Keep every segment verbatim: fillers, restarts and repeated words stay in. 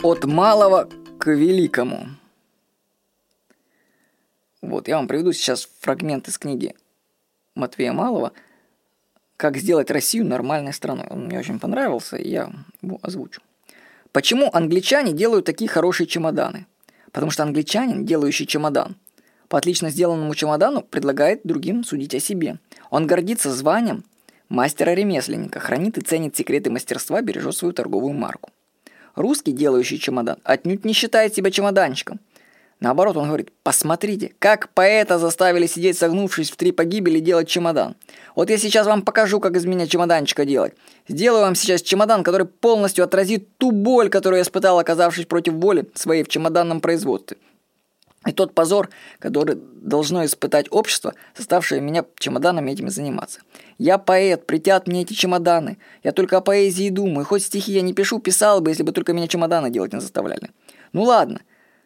От малого к великому. Вот, я вам приведу сейчас фрагмент из книги Матвея Малого «Как сделать Россию нормальной страной». Он мне очень понравился, и я его озвучу. Почему англичане делают такие хорошие чемоданы? Потому что англичанин, делающий чемодан, по отлично сделанному чемодану предлагает другим судить о себе. Он гордится званием мастера-ремесленника, хранит и ценит секреты мастерства, бережет свою торговую марку. Русский, делающий чемодан, отнюдь не считает себя чемоданщиком. Наоборот, он говорит: посмотрите, как поэта заставили сидеть согнувшись в три погибели делать чемодан. Вот я сейчас вам покажу, как из меня чемоданчика делать. Сделаю вам сейчас чемодан, который полностью отразит ту боль, которую я испытал, оказавшись против воли своей в чемоданном производстве. И тот позор, который должно испытать общество, заставшее меня чемоданами этими заниматься. Я поэт, притят мне эти чемоданы. Я только о поэзии думаю. Хоть стихи я не пишу, писал бы, если бы только меня чемоданы делать не заставляли. Ну ладно.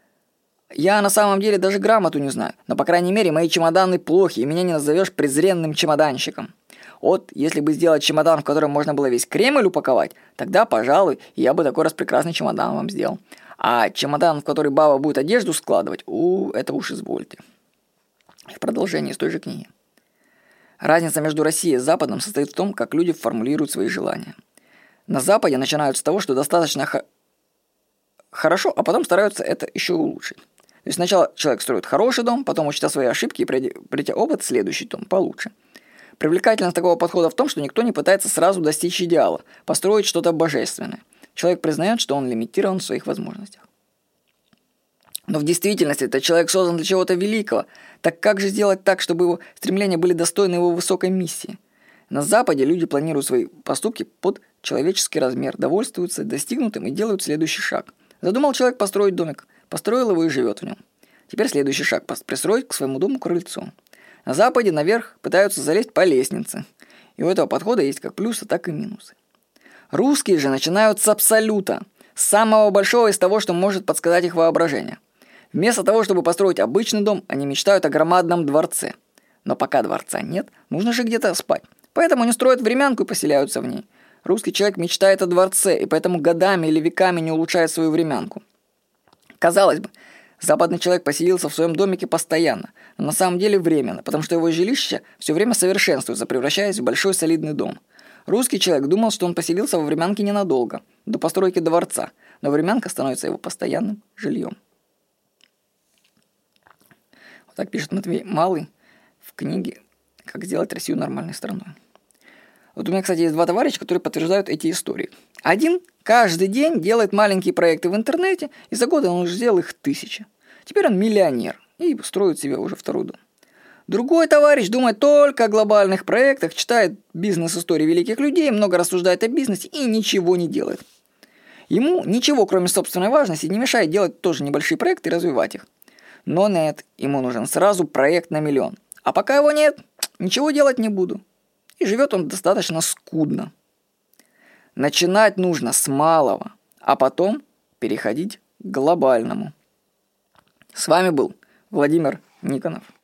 Я на самом деле даже грамоту не знаю. Но, по крайней мере, мои чемоданы плохи, и меня не назовешь презренным чемоданщиком. Вот если бы сделать чемодан, в котором можно было весь Кремль упаковать, тогда, пожалуй, я бы такой распрекрасный чемодан вам сделал. А чемодан, в который баба будет одежду складывать, у, это уж извольте. В продолжении из той же книги. Разница между Россией и Западом состоит в том, как люди формулируют свои желания. На Западе начинают с того, что достаточно х- хорошо, а потом стараются это еще улучшить. То есть сначала человек строит хороший дом, потом учит свои ошибки и, придя опыт, следующий дом получше. Привлекательность такого подхода в том, что никто не пытается сразу достичь идеала, построить что-то божественное. Человек признает, что он лимитирован в своих возможностях. Но в действительности этот человек создан для чего-то великого. Так как же сделать так, чтобы его стремления были достойны его высокой миссии? На Западе люди планируют свои поступки под человеческий размер, довольствуются достигнутым и делают следующий шаг. Задумал человек построить домик, построил его и живет в нем. Теперь следующий шаг – пристроить к своему дому крыльцо. На Западе наверх пытаются залезть по лестнице. И у этого подхода есть как плюсы, так и минусы. Русские же начинают с абсолюта, с самого большого из того, что может подсказать их воображение. Вместо того, чтобы построить обычный дом, они мечтают о громадном дворце. Но пока дворца нет, нужно же где-то спать. Поэтому они строят времянку и поселяются в ней. Русский человек мечтает о дворце, и поэтому годами или веками не улучшает свою времянку. Казалось бы, западный человек поселился в своем домике постоянно, но на самом деле временно, потому что его жилище все время совершенствуется, превращаясь в большой солидный дом. Русский человек думал, что он поселился во времянке ненадолго, до постройки дворца, но времянка становится его постоянным жильем. Вот так пишет Матвей Малый в книге «Как сделать Россию нормальной страной». Вот у меня, кстати, есть два товарища, которые подтверждают эти истории. Один каждый день делает маленькие проекты в интернете, и за год он уже сделал их тысячи. Теперь он миллионер и строит себе уже второй дом. Другой товарищ думает только о глобальных проектах, читает бизнес-истории великих людей, много рассуждает о бизнесе и ничего не делает. Ему ничего, кроме собственной важности, не мешает делать тоже небольшие проекты и развивать их. Но нет, ему нужен сразу проект на миллион. А пока его нет, ничего делать не буду. И живет он достаточно скудно. Начинать нужно с малого, а потом переходить к глобальному. С вами был Владимир Никонов.